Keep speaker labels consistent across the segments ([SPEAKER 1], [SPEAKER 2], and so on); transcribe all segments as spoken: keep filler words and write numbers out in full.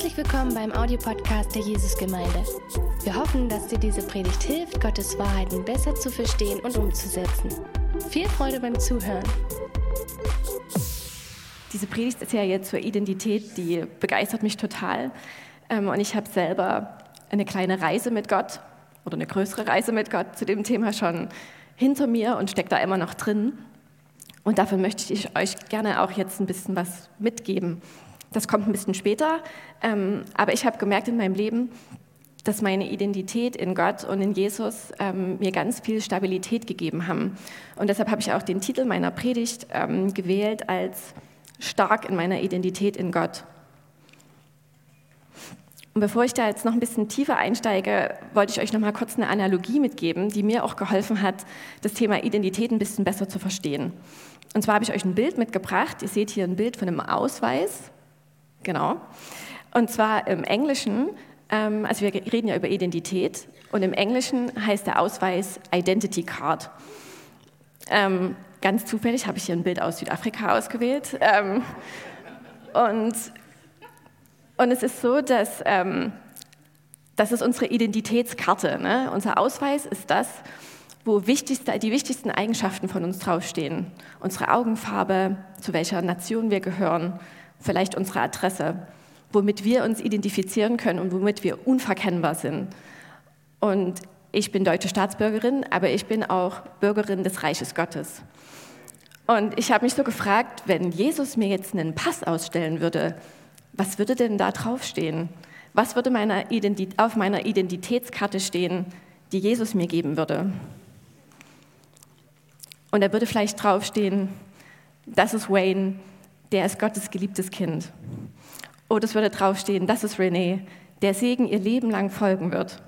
[SPEAKER 1] Herzlich willkommen beim Audiopodcast der Jesusgemeinde. Wir hoffen, dass dir diese Predigt hilft, Gottes Wahrheiten besser zu verstehen und umzusetzen. Viel Freude beim Zuhören.
[SPEAKER 2] Diese Predigt ist ja jetzt zur Identität, die begeistert mich total. Und ich habe selber eine kleine Reise mit Gott oder eine größere Reise mit Gott zu dem Thema schon hinter mir und stecke da immer noch drin. Und dafür möchte ich euch gerne auch jetzt ein bisschen was mitgeben. Das kommt ein bisschen später, ähm, aber ich habe gemerkt in meinem Leben, dass meine Identität in Gott und in Jesus ähm, mir ganz viel Stabilität gegeben haben. Und deshalb habe ich auch den Titel meiner Predigt ähm, gewählt als stark in meiner Identität in Gott. Und bevor ich da jetzt noch ein bisschen tiefer einsteige, wollte ich euch noch mal kurz eine Analogie mitgeben, die mir auch geholfen hat, das Thema Identität ein bisschen besser zu verstehen. Und zwar habe ich euch ein Bild mitgebracht. Ihr seht hier ein Bild von einem Ausweis. Genau. Und zwar im Englischen, ähm, also wir reden ja über Identität, und im Englischen heißt der Ausweis Identity Card. Ähm, ganz zufällig habe ich hier ein Bild aus Südafrika ausgewählt. Ähm, und, und es ist so, dass ähm, das ist unsere Identitätskarte. Ne? Unser Ausweis ist das, wo wichtigste, die wichtigsten Eigenschaften von uns draufstehen. Unsere Augenfarbe, zu welcher Nation wir gehören, vielleicht unsere Adresse, womit wir uns identifizieren können und womit wir unverkennbar sind. Und ich bin deutsche Staatsbürgerin, aber ich bin auch Bürgerin des Reiches Gottes. Und ich habe mich so gefragt, wenn Jesus mir jetzt einen Pass ausstellen würde, was würde denn da draufstehen? Was würde meiner Identi- auf meiner Identitätskarte stehen, die Jesus mir geben würde? Und da würde vielleicht draufstehen, das ist Wayne, der ist Gottes geliebtes Kind. Oder es würde draufstehen, das ist René, der Segen ihr Leben lang folgen wird.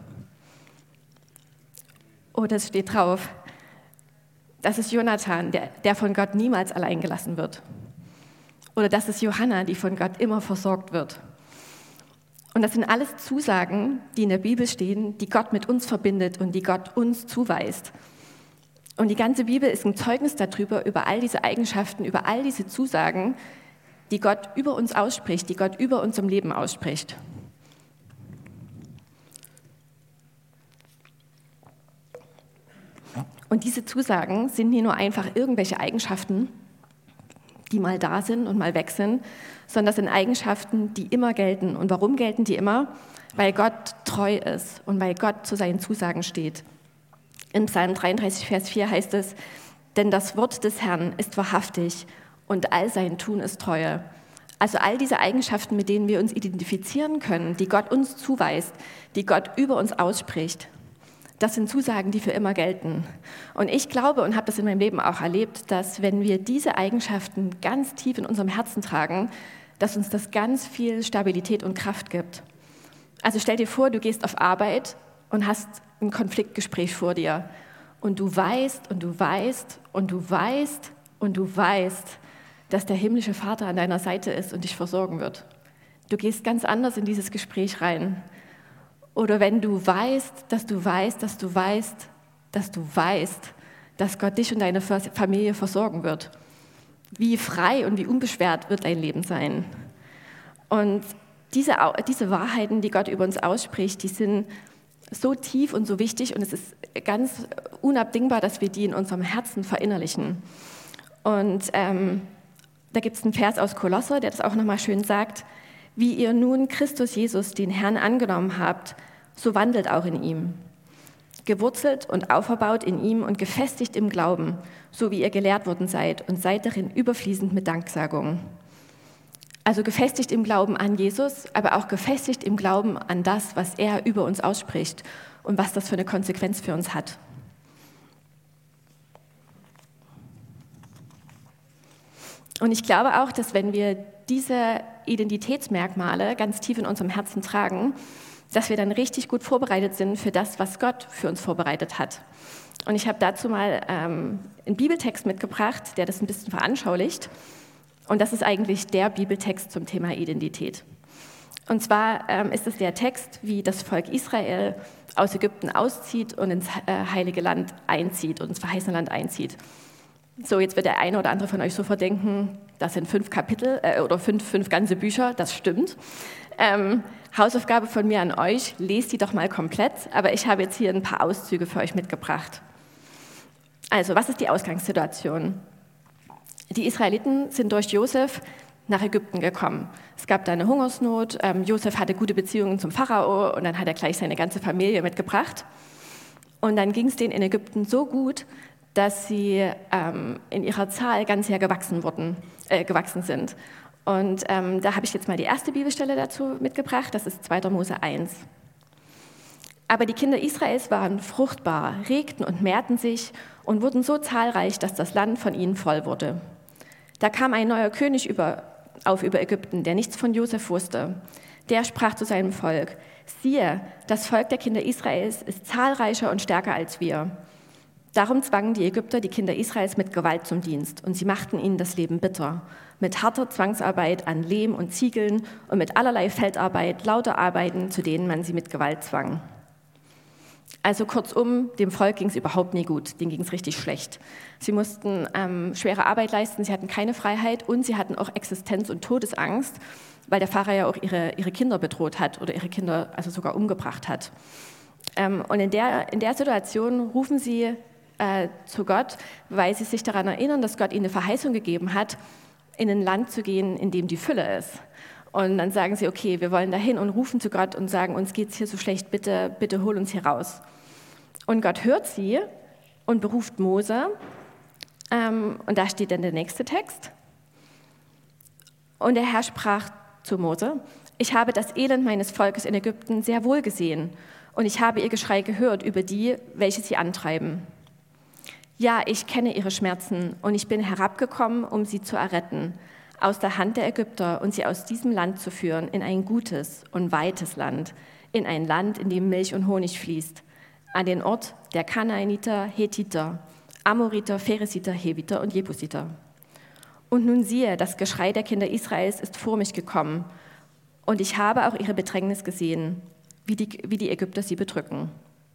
[SPEAKER 2] Oder es steht drauf, das ist Jonathan, der, der von Gott niemals allein gelassen wird. Oder das ist Johanna, die von Gott immer versorgt wird. Und das sind alles Zusagen, die in der Bibel stehen, die Gott mit uns verbindet und die Gott uns zuweist. Und die ganze Bibel ist ein Zeugnis darüber, über all diese Eigenschaften, über all diese Zusagen, die Gott über uns ausspricht, die Gott über unserem Leben ausspricht. Und diese Zusagen sind nicht nur einfach irgendwelche Eigenschaften, die mal da sind und mal weg sind, sondern das sind Eigenschaften, die immer gelten. Und warum gelten die immer? Weil Gott treu ist und weil Gott zu seinen Zusagen steht. In Psalm dreiunddreißig, Vers vier heißt es, denn das Wort des Herrn ist wahrhaftig und all sein Tun ist Treue. Also all diese Eigenschaften, mit denen wir uns identifizieren können, die Gott uns zuweist, die Gott über uns ausspricht, das sind Zusagen, die für immer gelten. Und ich glaube und habe das in meinem Leben auch erlebt, dass wenn wir diese Eigenschaften ganz tief in unserem Herzen tragen, dass uns das ganz viel Stabilität und Kraft gibt. Also stell dir vor, du gehst auf Arbeit und hast ein Konfliktgespräch vor dir und du weißt und du weißt und du weißt und du weißt, dass der himmlische Vater an deiner Seite ist und dich versorgen wird. Du gehst ganz anders in dieses Gespräch rein. Oder wenn du weißt, dass du weißt, dass du weißt, dass du weißt, dass Gott dich und deine Familie versorgen wird. Wie frei und wie unbeschwert wird dein Leben sein. Und diese, diese Wahrheiten, die Gott über uns ausspricht, die sind so tief und so wichtig und es ist ganz unabdingbar, dass wir die in unserem Herzen verinnerlichen. Und ähm, da gibt es einen Vers aus Kolosser, der das auch nochmal schön sagt, wie ihr nun Christus Jesus, den Herrn, angenommen habt, so wandelt auch in ihm. Gewurzelt und auferbaut in ihm und gefestigt im Glauben, so wie ihr gelehrt worden seid und seid darin überfließend mit Danksagung. Also gefestigt im Glauben an Jesus, aber auch gefestigt im Glauben an das, was er über uns ausspricht und was das für eine Konsequenz für uns hat. Und ich glaube auch, dass wenn wir diese Identitätsmerkmale ganz tief in unserem Herzen tragen, dass wir dann richtig gut vorbereitet sind für das, was Gott für uns vorbereitet hat. Und ich habe dazu mal ähm, einen Bibeltext mitgebracht, der das ein bisschen veranschaulicht. Und das ist eigentlich der Bibeltext zum Thema Identität. Und zwar ähm, ist es der Text, wie das Volk Israel aus Ägypten auszieht und ins äh, Heilige Land einzieht und ins verheißene Land einzieht. So, jetzt wird der eine oder andere von euch sofort denken, das sind fünf Kapitel äh, oder fünf, fünf ganze Bücher, das stimmt. Ähm, Hausaufgabe von mir an euch, lest die doch mal komplett, aber ich habe jetzt hier ein paar Auszüge für euch mitgebracht. Also, was ist die Ausgangssituation? Die Israeliten sind durch Josef nach Ägypten gekommen. Es gab da eine Hungersnot, ähm, Josef hatte gute Beziehungen zum Pharao und dann hat er gleich seine ganze Familie mitgebracht. Und dann ging es denen in Ägypten so gut, dass sie ähm, in ihrer Zahl ganz sehr gewachsen, wurden, äh, gewachsen sind. Und ähm, da habe ich jetzt mal die erste Bibelstelle dazu mitgebracht, das ist zweiter Mose eins. Aber die Kinder Israels waren fruchtbar, regten und mehrten sich und wurden so zahlreich, dass das Land von ihnen voll wurde. Da kam ein neuer König über, auf über Ägypten, der nichts von Josef wusste. Der sprach zu seinem Volk: Siehe, das Volk der Kinder Israels ist zahlreicher und stärker als wir. Darum zwangen die Ägypter die Kinder Israels mit Gewalt zum Dienst und sie machten ihnen das Leben bitter. Mit harter Zwangsarbeit an Lehm und Ziegeln und mit allerlei Feldarbeit, lauter Arbeiten, zu denen man sie mit Gewalt zwang. Also kurzum, dem Volk ging es überhaupt nie gut, denen ging es richtig schlecht. Sie mussten ähm, schwere Arbeit leisten, sie hatten keine Freiheit und sie hatten auch Existenz- und Todesangst, weil der Pharao ja auch ihre, ihre Kinder bedroht hat oder ihre Kinder also sogar umgebracht hat. Ähm, und in der, in der Situation rufen sie äh, zu Gott, weil sie sich daran erinnern, dass Gott ihnen eine Verheißung gegeben hat, in ein Land zu gehen, in dem die Fülle ist. Und dann sagen sie, okay, wir wollen dahin und rufen zu Gott und sagen, uns geht's hier so schlecht, bitte, bitte hol uns hier raus. Und Gott hört sie und beruft Mose. Ähm, und da steht dann der nächste Text. Und der Herr sprach zu Mose: Ich habe das Elend meines Volkes in Ägypten sehr wohl gesehen und ich habe ihr Geschrei gehört über die, welche sie antreiben. Ja, ich kenne ihre Schmerzen und ich bin herabgekommen, um sie zu erretten aus der Hand der Ägypter und sie aus diesem Land zu führen in ein gutes und weites Land, in ein Land, in dem Milch und Honig fließt, an den Ort der Kanaaniter, Hethiter, Amoriter, Pheresiter, Heviter und Jebusiter. Und nun siehe, das Geschrei der Kinder Israels ist vor mich gekommen und ich habe auch ihre Bedrängnis gesehen, wie die, wie die Ägypter sie bedrücken.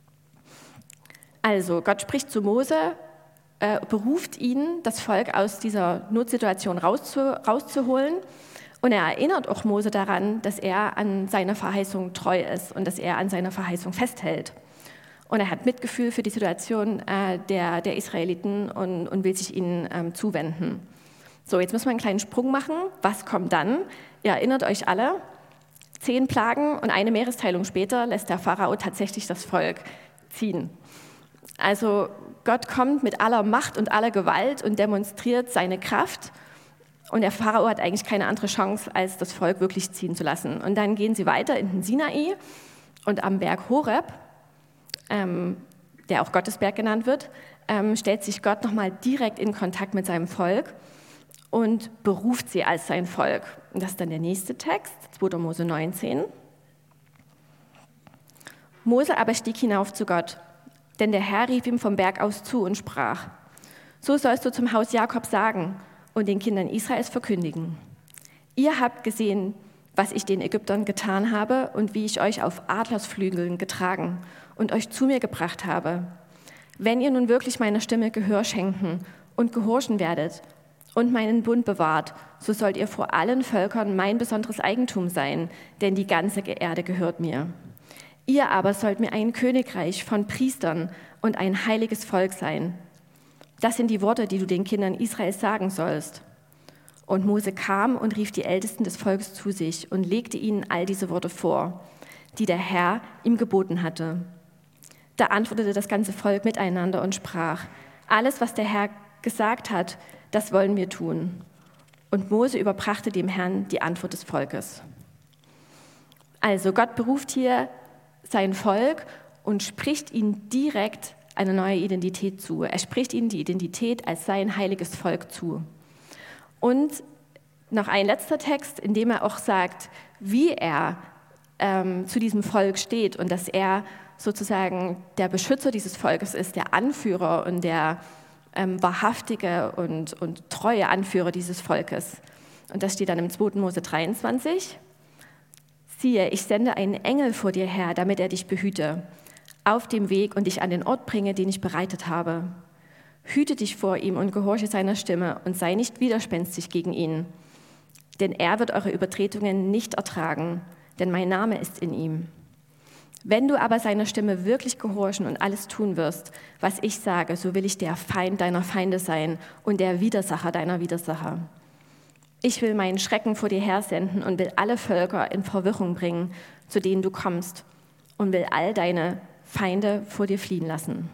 [SPEAKER 2] Also, Gott spricht zu Mose, äh, beruft ihn, das Volk aus dieser Notsituation rauszu, rauszuholen. Und er erinnert auch Mose daran, dass er an seiner Verheißung treu ist und dass er an seiner Verheißung festhält. Und er hat Mitgefühl für die Situation äh, der, der Israeliten und, und will sich ihnen ähm, zuwenden. So, jetzt müssen wir einen kleinen Sprung machen. Was kommt dann? Ihr erinnert euch alle, zehn Plagen und eine Meeresteilung später lässt der Pharao tatsächlich das Volk ziehen. Also Gott kommt mit aller Macht und aller Gewalt und demonstriert seine Kraft. Und der Pharao hat eigentlich keine andere Chance, als das Volk wirklich ziehen zu lassen. Und dann gehen sie weiter in den Sinai und am Berg Horeb, ähm, der auch Gottesberg genannt wird, ähm, stellt sich Gott nochmal direkt in Kontakt mit seinem Volk und beruft sie als sein Volk. Und das ist dann der nächste Text, zweiter Mose neunzehn. Mose aber stieg hinauf zu Gott, denn der Herr rief ihm vom Berg aus zu und sprach: So sollst du zum Haus Jakob sagen und den Kindern Israels verkündigen: Ihr habt gesehen, was ich den Ägyptern getan habe und wie ich euch auf Adlersflügeln getragen und euch zu mir gebracht habe. Wenn ihr nun wirklich meiner Stimme Gehör schenken und gehorchen werdet und meinen Bund bewahrt, so sollt ihr vor allen Völkern mein besonderes Eigentum sein, denn die ganze Erde gehört mir. Ihr aber sollt mir ein Königreich von Priestern und ein heiliges Volk sein. Das sind die Worte, die du den Kindern Israels sagen sollst. Und Mose kam und rief die Ältesten des Volkes zu sich und legte ihnen all diese Worte vor, die der Herr ihm geboten hatte. Da antwortete das ganze Volk miteinander und sprach: Alles, was der Herr gesagt hat, das wollen wir tun. Und Mose überbrachte dem Herrn die Antwort des Volkes. Also Gott beruft hier sein Volk und spricht ihnen direkt eine neue Identität zu. Er spricht ihnen die Identität als sein heiliges Volk zu. Und noch ein letzter Text, in dem er auch sagt, wie er ähm, zu diesem Volk steht und dass er sozusagen der Beschützer dieses Volkes ist, der Anführer und der ähm, wahrhaftige und, und treue Anführer dieses Volkes. Und das steht dann im zweiter Mose dreiundzwanzig. Siehe, ich sende einen Engel vor dir her, damit er dich behüte, auf dem Weg und dich an den Ort bringe, den ich bereitet habe. Hüte dich vor ihm und gehorche seiner Stimme und sei nicht widerspenstig gegen ihn. Denn er wird eure Übertretungen nicht ertragen, denn mein Name ist in ihm. Wenn du aber seiner Stimme wirklich gehorchen und alles tun wirst, was ich sage, so will ich der Feind deiner Feinde sein und der Widersacher deiner Widersacher. Ich will meinen Schrecken vor dir hersenden und will alle Völker in Verwirrung bringen, zu denen du kommst, und will all deine Feinde vor dir fliehen lassen.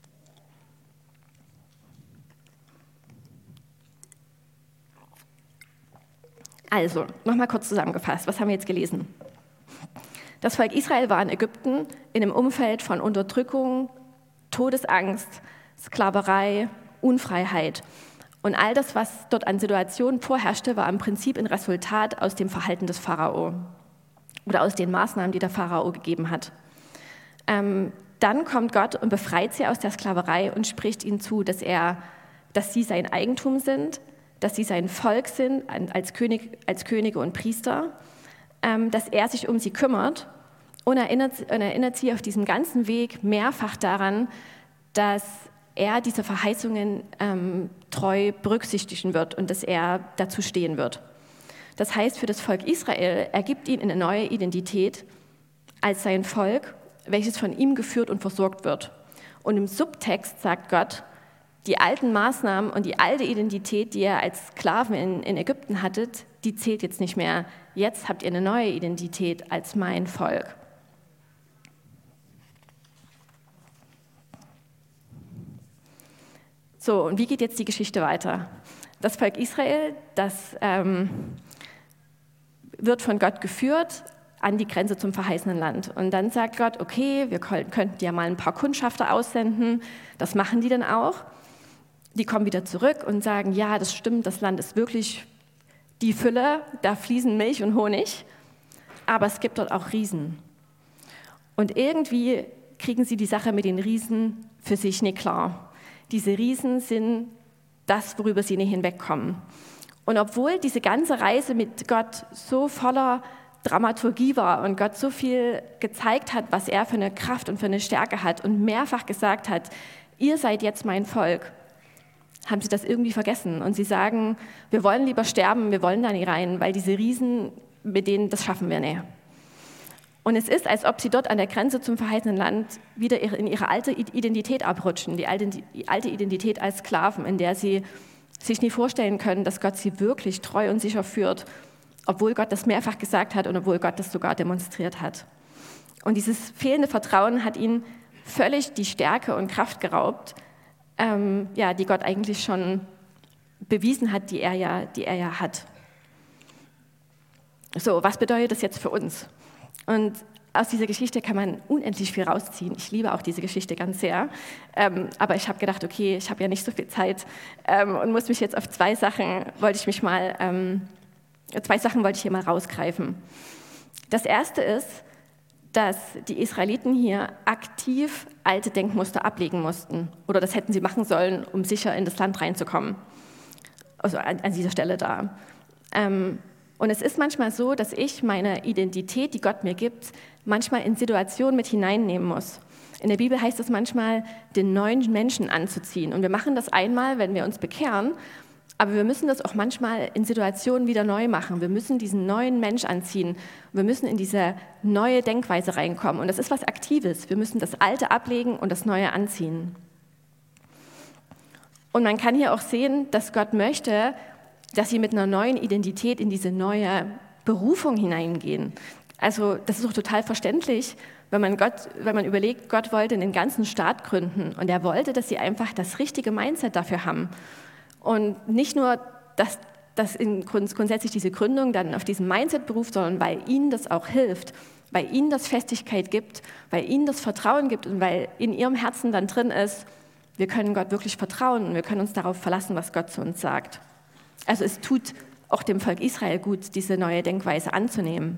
[SPEAKER 2] Also, nochmal kurz zusammengefasst, was haben wir jetzt gelesen? Das Volk Israel war in Ägypten in einem Umfeld von Unterdrückung, Todesangst, Sklaverei, Unfreiheit. Und all das, was dort an Situationen vorherrschte, war im Prinzip ein Resultat aus dem Verhalten des Pharao oder aus den Maßnahmen, die der Pharao gegeben hat. Ähm, dann kommt Gott und befreit sie aus der Sklaverei und spricht ihnen zu, dass, er, dass sie sein Eigentum sind, dass sie sein Volk sind als, König, als Könige und Priester, ähm, dass er sich um sie kümmert und erinnert, und erinnert sie auf diesem ganzen Weg mehrfach daran, dass er diese Verheißungen ähm, treu berücksichtigen wird und dass er dazu stehen wird. Das heißt, für das Volk Israel, er gibt ihnen eine neue Identität als sein Volk, welches von ihm geführt und versorgt wird. Und im Subtext sagt Gott, die alten Maßnahmen und die alte Identität, die ihr als Sklaven in, in Ägypten hattet, die zählt jetzt nicht mehr. Jetzt habt ihr eine neue Identität als mein Volk. So, und wie geht jetzt die Geschichte weiter? Das Volk Israel, das ähm, wird von Gott geführt an die Grenze zum verheißenen Land. Und dann sagt Gott, okay, wir könnten ja mal ein paar Kundschafter aussenden. Das machen die dann auch. Die kommen wieder zurück und sagen, ja, das stimmt, das Land ist wirklich die Fülle, da fließen Milch und Honig, aber es gibt dort auch Riesen. Und irgendwie kriegen sie die Sache mit den Riesen für sich nicht klar. Diese Riesen sind das, worüber sie nicht hinwegkommen. Und obwohl diese ganze Reise mit Gott so voller Dramaturgie war und Gott so viel gezeigt hat, was er für eine Kraft und für eine Stärke hat und mehrfach gesagt hat, ihr seid jetzt mein Volk, haben sie das irgendwie vergessen. Und sie sagen, wir wollen lieber sterben, wir wollen da nicht rein, weil diese Riesen, mit denen, das schaffen wir nicht. Und es ist, als ob sie dort an der Grenze zum verheißenen Land wieder in ihre alte Identität abrutschen, die alte, die alte Identität als Sklaven, in der sie sich nie vorstellen können, dass Gott sie wirklich treu und sicher führt, obwohl Gott das mehrfach gesagt hat und obwohl Gott das sogar demonstriert hat. Und dieses fehlende Vertrauen hat ihnen völlig die Stärke und Kraft geraubt, ähm, ja, die Gott eigentlich schon bewiesen hat, die er ja, die er ja hat. So, was bedeutet das jetzt für uns? Und aus dieser Geschichte kann man unendlich viel rausziehen. Ich liebe auch diese Geschichte ganz sehr. Ähm, aber ich habe gedacht, okay, ich habe ja nicht so viel Zeit ähm, und muss mich jetzt auf zwei Sachen, wollte ich mich mal, ähm, zwei Sachen wollte ich hier mal rausgreifen. Das erste ist, dass die Israeliten hier aktiv alte Denkmuster ablegen mussten. Oder das hätten sie machen sollen, um sicher in das Land reinzukommen. Also an, an dieser Stelle da. Ähm, Und es ist manchmal so, dass ich meine Identität, die Gott mir gibt, manchmal in Situationen mit hineinnehmen muss. In der Bibel heißt es manchmal, den neuen Menschen anzuziehen. Und wir machen das einmal, wenn wir uns bekehren, aber wir müssen das auch manchmal in Situationen wieder neu machen. Wir müssen diesen neuen Mensch anziehen. Wir müssen in diese neue Denkweise reinkommen. Und das ist was Aktives. Wir müssen das Alte ablegen und das Neue anziehen. Und man kann hier auch sehen, dass Gott möchte, dass sie mit einer neuen Identität in diese neue Berufung hineingehen. Also das ist auch total verständlich, wenn man, Gott, wenn man überlegt, Gott wollte den ganzen Staat gründen und er wollte, dass sie einfach das richtige Mindset dafür haben. Und nicht nur, dass, dass in Grund, grundsätzlich diese Gründung dann auf diesem Mindset beruft, sondern weil ihnen das auch hilft, weil ihnen das Festigkeit gibt, weil ihnen das Vertrauen gibt und weil in ihrem Herzen dann drin ist, wir können Gott wirklich vertrauen und wir können uns darauf verlassen, was Gott zu uns sagt. Also es tut auch dem Volk Israel gut, diese neue Denkweise anzunehmen.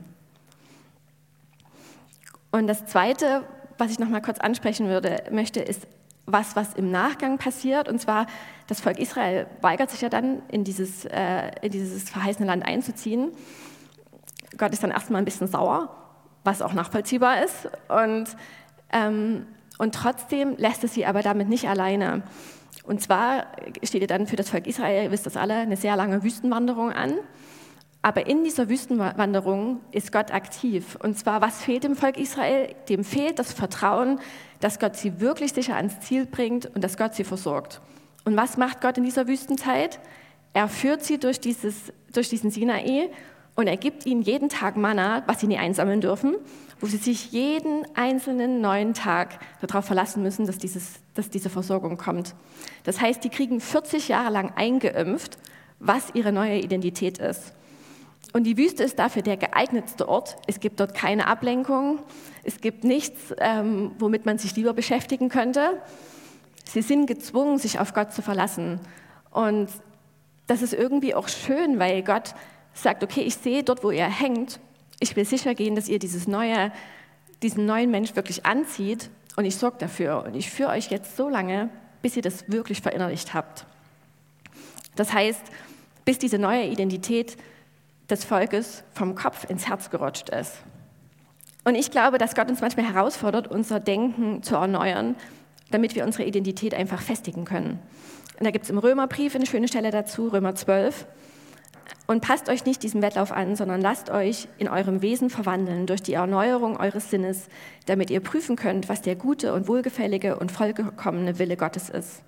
[SPEAKER 2] Und das Zweite, was ich noch mal kurz ansprechen würde, möchte, ist was, was im Nachgang passiert. Und zwar, das Volk Israel weigert sich ja dann, in dieses, äh, in dieses verheißene Land einzuziehen. Gott ist dann erstmal ein bisschen sauer, was auch nachvollziehbar ist. Und, ähm, und trotzdem lässt es sie aber damit nicht alleine. Und zwar steht ja dann für das Volk Israel, ihr wisst das alle, eine sehr lange Wüstenwanderung an. Aber in dieser Wüstenwanderung ist Gott aktiv. Und zwar, was fehlt dem Volk Israel? Dem fehlt das Vertrauen, dass Gott sie wirklich sicher ans Ziel bringt und dass Gott sie versorgt. Und was macht Gott in dieser Wüstenzeit? Er führt sie durch, dieses, durch diesen Sinai und er gibt ihnen jeden Tag Manna, was sie nie einsammeln dürfen, wo sie sich jeden einzelnen neuen Tag darauf verlassen müssen, dass, dieses, dass diese Versorgung kommt. Das heißt, die kriegen vierzig Jahre lang eingeimpft, was ihre neue Identität ist. Und die Wüste ist dafür der geeignetste Ort. Es gibt dort keine Ablenkung. Es gibt nichts, ähm, womit man sich lieber beschäftigen könnte. Sie sind gezwungen, sich auf Gott zu verlassen. Und das ist irgendwie auch schön, weil Gott sagt, okay, ich sehe dort, wo ihr hängt. Ich will sicher gehen, dass ihr dieses neue, diesen neuen Mensch wirklich anzieht. Und ich sorge dafür. Und ich führe euch jetzt so lange, bis ihr das wirklich verinnerlicht habt. Das heißt, bis diese neue Identität des Volkes vom Kopf ins Herz gerutscht ist. Und ich glaube, dass Gott uns manchmal herausfordert, unser Denken zu erneuern, damit wir unsere Identität einfach festigen können. Und da gibt es im Römerbrief eine schöne Stelle dazu, Römer zwölf. Und passt euch nicht diesem Wettlauf an, sondern lasst euch in eurem Wesen verwandeln durch die Erneuerung eures Sinnes, damit ihr prüfen könnt, was der gute und wohlgefällige und vollkommene Wille Gottes ist.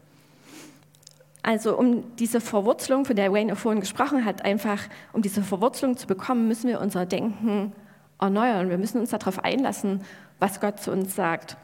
[SPEAKER 2] Also um diese Verwurzelung, von der Wayne vorhin gesprochen hat, einfach um diese Verwurzelung zu bekommen, müssen wir unser Denken erneuern. Wir müssen uns darauf einlassen, was Gott zu uns sagt,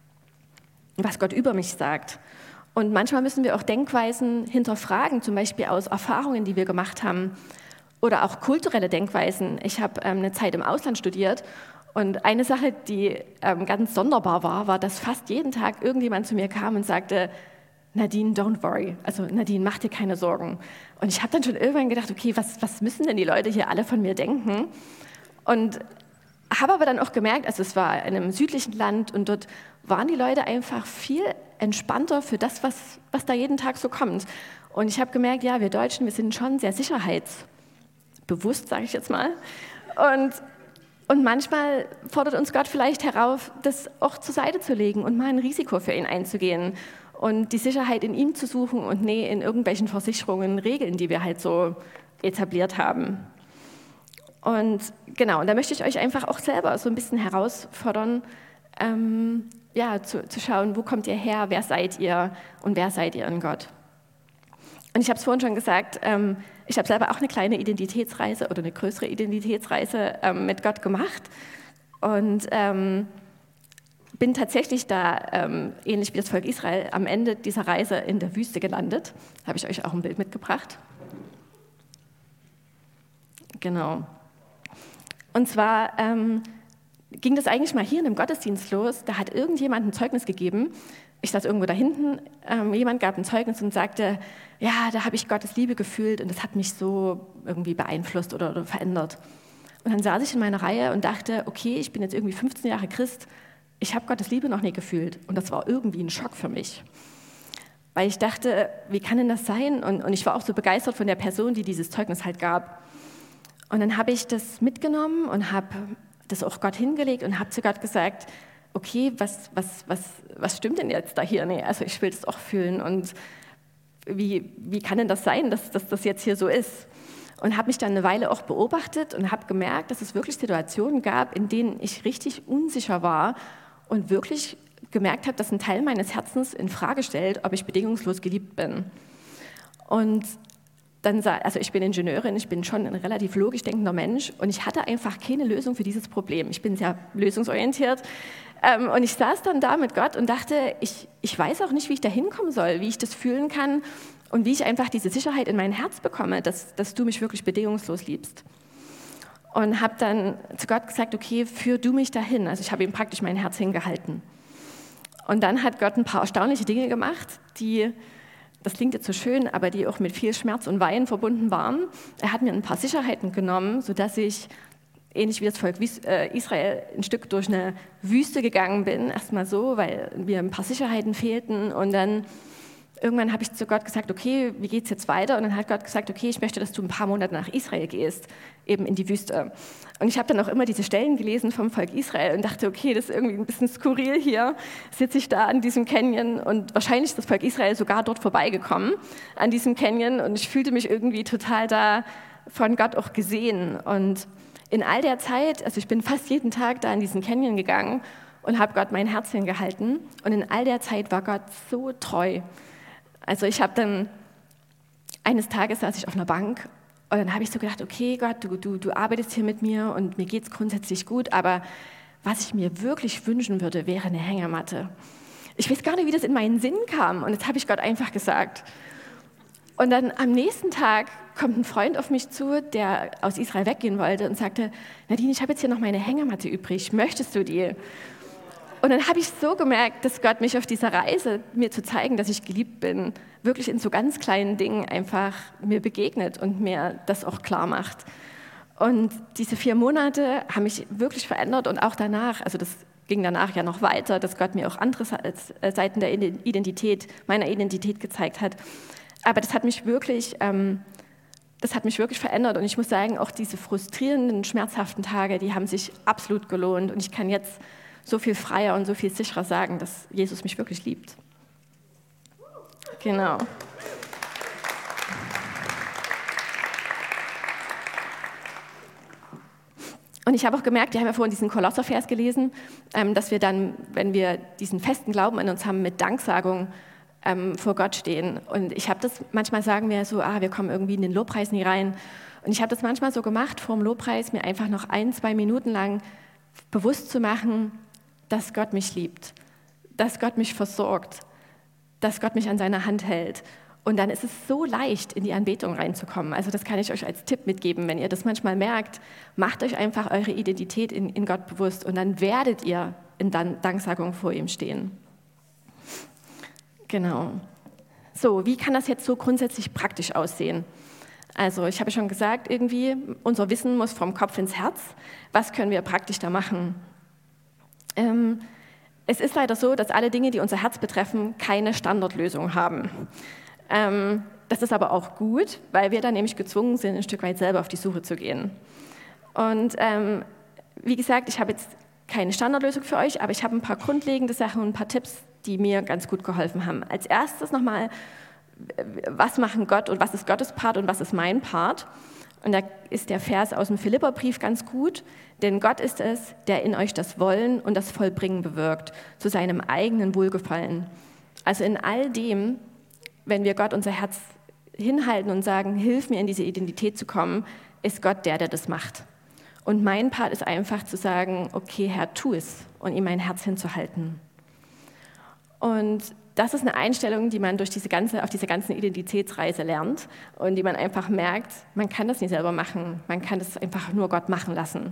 [SPEAKER 2] was Gott über mich sagt. Und manchmal müssen wir auch Denkweisen hinterfragen, zum Beispiel aus Erfahrungen, die wir gemacht haben oder auch kulturelle Denkweisen. Ich habe ähm, eine Zeit im Ausland studiert und eine Sache, die ähm, ganz sonderbar war, war, dass fast jeden Tag irgendjemand zu mir kam und sagte, Nadine, don't worry. Also Nadine, mach dir keine Sorgen. Und ich habe dann schon irgendwann gedacht, okay, was, was müssen denn die Leute hier alle von mir denken? Und habe aber dann auch gemerkt, also es war in einem südlichen Land und dort waren die Leute einfach viel entspannter für das, was, was da jeden Tag so kommt. Und ich habe gemerkt, ja, wir Deutschen, wir sind schon sehr sicherheitsbewusst, sage ich jetzt mal. Und, und manchmal fordert uns Gott vielleicht heraus, das auch zur Seite zu legen und mal ein Risiko für ihn einzugehen. Und die Sicherheit in ihm zu suchen und nee, in irgendwelchen Versicherungen, Regeln, die wir halt so etabliert haben. Und genau, und da möchte ich euch einfach auch selber so ein bisschen herausfordern, ähm, ja, zu, zu schauen, wo kommt ihr her, wer seid ihr und wer seid ihr in Gott. Und ich habe es vorhin schon gesagt, ähm, ich habe selber auch eine kleine Identitätsreise oder eine größere Identitätsreise ähm, mit Gott gemacht und ähm, bin tatsächlich da, ähm, ähnlich wie das Volk Israel, am Ende dieser Reise in der Wüste gelandet. Da habe ich euch auch ein Bild mitgebracht. Genau. Und zwar ähm, ging das eigentlich mal hier in einem Gottesdienst los. Da hat irgendjemand ein Zeugnis gegeben. Ich saß irgendwo da hinten. Ähm, jemand gab ein Zeugnis und sagte, ja, da habe ich Gottes Liebe gefühlt und das hat mich so irgendwie beeinflusst oder, oder verändert. Und dann saß ich in meiner Reihe und dachte, okay, ich bin jetzt irgendwie fünfzehn Jahre Christ. Ich habe Gottes Liebe noch nie gefühlt und das war irgendwie ein Schock für mich. Weil ich dachte, wie kann denn das sein? Und, und ich war auch so begeistert von der Person, die dieses Zeugnis halt gab. Und dann habe ich das mitgenommen und habe das auch Gott hingelegt und habe zu Gott gesagt, okay, was, was, was, was stimmt denn jetzt da hier? Nee, also ich will das auch fühlen und wie, wie kann denn das sein, dass, dass das jetzt hier so ist? Und habe mich dann eine Weile auch beobachtet und habe gemerkt, dass es wirklich Situationen gab, in denen ich richtig unsicher war und wirklich gemerkt habe, dass ein Teil meines Herzens in Frage stellt, ob ich bedingungslos geliebt bin. Und dann, also ich bin Ingenieurin, ich bin schon ein relativ logisch denkender Mensch und ich hatte einfach keine Lösung für dieses Problem. Ich bin sehr lösungsorientiert und ich saß dann da mit Gott und dachte, ich, ich weiß auch nicht, wie ich da hinkommen soll, wie ich das fühlen kann und wie ich einfach diese Sicherheit in mein Herz bekomme, dass, dass du mich wirklich bedingungslos liebst. Und habe dann zu Gott gesagt, okay, führ du mich dahin. Also ich habe ihm praktisch mein Herz hingehalten. Und dann hat Gott ein paar erstaunliche Dinge gemacht, die, das klingt jetzt so schön, aber die auch mit viel Schmerz und Weinen verbunden waren. Er hat mir ein paar Sicherheiten genommen, sodass ich, ähnlich wie das Volk Israel, ein Stück durch eine Wüste gegangen bin. Erstmal so, weil mir ein paar Sicherheiten fehlten. Und dann irgendwann habe ich zu Gott gesagt, okay, wie geht es jetzt weiter? Und dann hat Gott gesagt, okay, ich möchte, dass du ein paar Monate nach Israel gehst, eben in die Wüste. Und ich habe dann auch immer diese Stellen gelesen vom Volk Israel und dachte, okay, das ist irgendwie ein bisschen skurril hier. Sitze ich da an diesem Canyon und wahrscheinlich ist das Volk Israel sogar dort vorbeigekommen, an diesem Canyon. Und ich fühlte mich irgendwie total da von Gott auch gesehen. Und in all der Zeit, also ich bin fast jeden Tag da in diesen Canyon gegangen und habe Gott mein Herz hingehalten. Und in all der Zeit war Gott so treu. Also ich habe dann, eines Tages saß ich auf einer Bank und dann habe ich so gedacht, okay Gott, du, du, du arbeitest hier mit mir und mir geht es grundsätzlich gut, aber was ich mir wirklich wünschen würde, wäre eine Hängematte. Ich weiß gar nicht, wie das in meinen Sinn kam und jetzt habe ich Gott einfach gesagt. Und dann am nächsten Tag kommt ein Freund auf mich zu, der aus Israel weggehen wollte und sagte, Nadine, ich habe jetzt hier noch meine Hängematte übrig, möchtest du die? Und dann habe ich so gemerkt, dass Gott mich auf dieser Reise, mir zu zeigen, dass ich geliebt bin, wirklich in so ganz kleinen Dingen einfach mir begegnet und mir das auch klar macht. Und diese vier Monate haben mich wirklich verändert und auch danach, also das ging danach ja noch weiter, dass Gott mir auch andere Seiten der Identität, meiner Identität gezeigt hat. Aber das hat mich wirklich, ähm, das hat mich wirklich verändert und ich muss sagen, auch diese frustrierenden, schmerzhaften Tage, die haben sich absolut gelohnt und ich kann jetzt so viel freier und so viel sicherer sagen, dass Jesus mich wirklich liebt. Genau. Und ich habe auch gemerkt, wir haben ja vorhin diesen Kolosservers gelesen, dass wir dann, wenn wir diesen festen Glauben in uns haben, mit Danksagung vor Gott stehen. Und ich habe das, manchmal sagen wir so, ah, wir kommen irgendwie in den Lobpreis nie rein. Und ich habe das manchmal so gemacht, vor dem Lobpreis, mir einfach noch ein, zwei Minuten lang bewusst zu machen, dass Gott mich liebt, dass Gott mich versorgt, dass Gott mich an seiner Hand hält. Und dann ist es so leicht, in die Anbetung reinzukommen. Also das kann ich euch als Tipp mitgeben. Wenn ihr das manchmal merkt, macht euch einfach eure Identität in, in Gott bewusst und dann werdet ihr in Danksagung vor ihm stehen. Genau. So, wie kann das jetzt so grundsätzlich praktisch aussehen? Also ich habe schon gesagt, irgendwie, unser Wissen muss vom Kopf ins Herz. Was können wir praktisch da machen? Ähm, es ist leider so, dass alle Dinge, die unser Herz betreffen, keine Standardlösung haben. Ähm, das ist aber auch gut, weil wir dann nämlich gezwungen sind, ein Stück weit selber auf die Suche zu gehen. Und ähm, wie gesagt, ich habe jetzt keine Standardlösung für euch, aber ich habe ein paar grundlegende Sachen und ein paar Tipps, die mir ganz gut geholfen haben. Als erstes nochmal, was machen Gott und was ist Gottes Part und was ist mein Part? Und da ist der Vers aus dem Philipperbrief ganz gut, denn Gott ist es, der in euch das Wollen und das Vollbringen bewirkt, zu seinem eigenen Wohlgefallen. Also in all dem, wenn wir Gott unser Herz hinhalten und sagen, hilf mir in diese Identität zu kommen, ist Gott der, der das macht. Und mein Part ist einfach zu sagen, okay, Herr, tu es und ihm mein Herz hinzuhalten. Und das ist eine Einstellung, die man durch diese ganze, auf dieser ganzen Identitätsreise lernt und die man einfach merkt, man kann das nicht selber machen, man kann das einfach nur Gott machen lassen.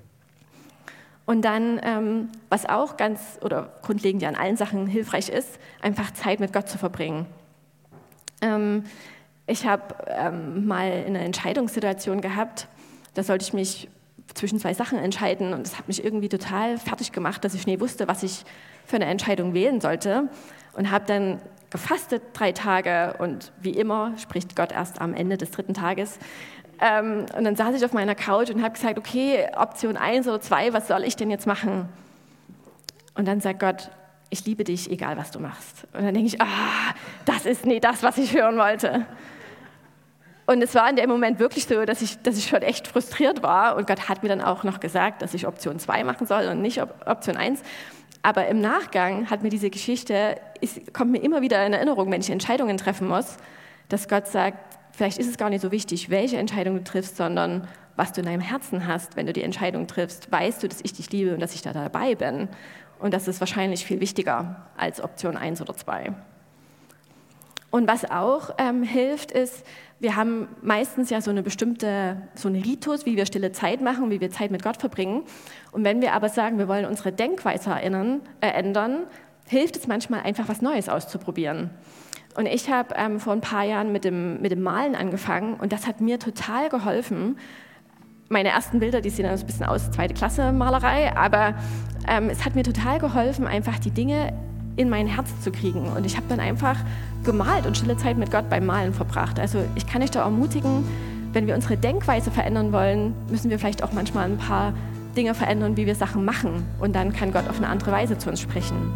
[SPEAKER 2] Und dann, ähm, was auch ganz oder grundlegend ja an allen Sachen hilfreich ist, einfach Zeit mit Gott zu verbringen. Ähm, ich habe ähm, mal eine Entscheidungssituation gehabt, da sollte ich mich zwischen zwei Sachen entscheiden und das hat mich irgendwie total fertig gemacht, dass ich nie wusste, was ich für eine Entscheidung wählen sollte. Und habe dann gefastet drei Tage und wie immer spricht Gott erst am Ende des dritten Tages. Ähm, und dann saß ich auf meiner Couch und habe gesagt, okay, Option eins oder zwei, was soll ich denn jetzt machen? Und dann sagt Gott, ich liebe dich, egal was du machst. Und dann denke ich, ah, das ist nie das, was ich hören wollte. Und es war in dem Moment wirklich so, dass ich, dass ich schon echt frustriert war. Und Gott hat mir dann auch noch gesagt, dass ich Option zwei machen soll und nicht Option eins. Aber im Nachgang hat mir diese Geschichte, ist, kommt mir immer wieder in Erinnerung, wenn ich Entscheidungen treffen muss, dass Gott sagt, vielleicht ist es gar nicht so wichtig, welche Entscheidung du triffst, sondern was du in deinem Herzen hast, wenn du die Entscheidung triffst. Weißt du, dass ich dich liebe und dass ich da dabei bin? Und das ist wahrscheinlich viel wichtiger als Option eins oder zwei. Und was auch ähm, hilft, ist, wir haben meistens ja so eine bestimmte, so einen Ritus, wie wir stille Zeit machen, wie wir Zeit mit Gott verbringen. Und wenn wir aber sagen, wir wollen unsere Denkweise erinnern, äh, ändern, hilft es manchmal einfach, was Neues auszuprobieren. Und ich habe ähm, vor ein paar Jahren mit dem, mit dem Malen angefangen und das hat mir total geholfen. Meine ersten Bilder, die sehen ein bisschen aus, zweite Klasse Malerei, aber ähm, es hat mir total geholfen, einfach die Dinge in mein Herz zu kriegen. Und ich habe dann einfach gemalt und stille Zeit mit Gott beim Malen verbracht. Also ich kann euch da ermutigen, wenn wir unsere Denkweise verändern wollen, müssen wir vielleicht auch manchmal ein paar Dinge verändern, wie wir Sachen machen. Und dann kann Gott auf eine andere Weise zu uns sprechen.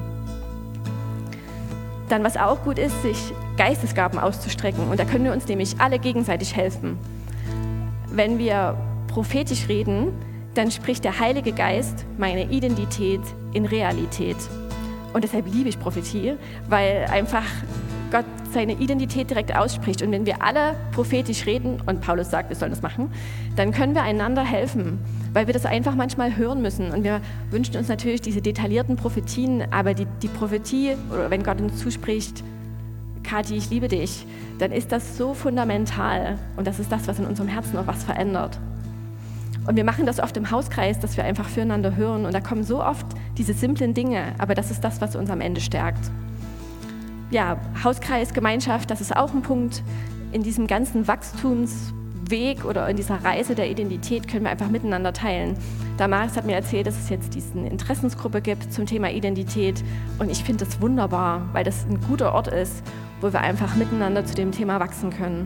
[SPEAKER 2] Dann, was auch gut ist, sich Geistesgaben auszustrecken. Und da können wir uns nämlich alle gegenseitig helfen. wenn wir prophetisch reden, dann spricht der Heilige Geist meine Identität in Realität. Und deshalb liebe ich Prophetie, weil einfach Gott seine Identität direkt ausspricht. Und wenn wir alle prophetisch reden, und Paulus sagt, wir sollen das machen, dann können wir einander helfen, weil wir das einfach manchmal hören müssen. Und wir wünschen uns natürlich diese detaillierten Prophetien, aber die, die Prophetie, oder wenn Gott uns zuspricht, Kathi, ich liebe dich, dann ist das so fundamental. Und das ist das, was in unserem Herzen auch was verändert. Und wir machen das oft im Hauskreis, dass wir einfach füreinander hören. Und da kommen so oft diese simplen Dinge, aber das ist das, was uns am Ende stärkt. Ja, Hauskreis, Gemeinschaft, das ist auch ein Punkt. In diesem ganzen Wachstumsweg oder in dieser Reise der Identität können wir einfach miteinander teilen. Damaris hat mir erzählt, dass es jetzt diese Interessensgruppe gibt zum Thema Identität. Und ich finde das wunderbar, weil das ein guter Ort ist, wo wir einfach miteinander zu dem Thema wachsen können.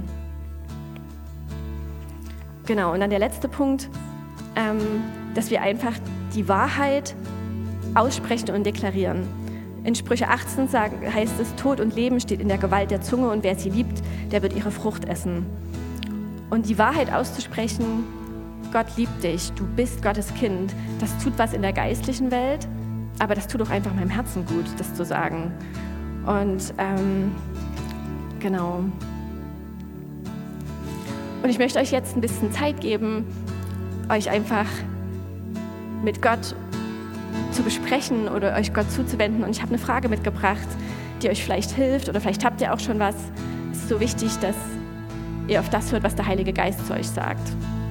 [SPEAKER 2] Genau, und dann der letzte Punkt, ähm, dass wir einfach die Wahrheit aussprechen und deklarieren. In Sprüche achtzehn sagen, heißt es, Tod und Leben steht in der Gewalt der Zunge und wer sie liebt, der wird ihre Frucht essen. Und die Wahrheit auszusprechen, Gott liebt dich, du bist Gottes Kind, das tut was in der geistlichen Welt, aber das tut auch einfach meinem Herzen gut, das zu sagen. Und ähm, genau. Und ich möchte euch jetzt ein bisschen Zeit geben, euch einfach mit Gott zu besprechen oder euch Gott zuzuwenden. Und ich habe eine Frage mitgebracht, die euch vielleicht hilft oder vielleicht habt ihr auch schon was. Es ist so wichtig, dass ihr auf das hört, was der Heilige Geist zu euch sagt.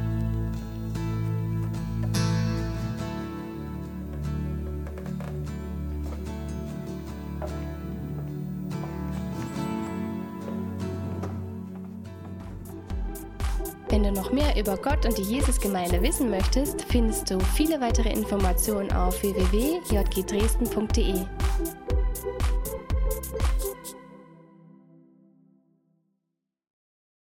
[SPEAKER 1] Wenn du noch mehr über Gott und die Jesusgemeinde wissen möchtest, findest du viele weitere Informationen auf w w w punkt j g dresden punkt d e.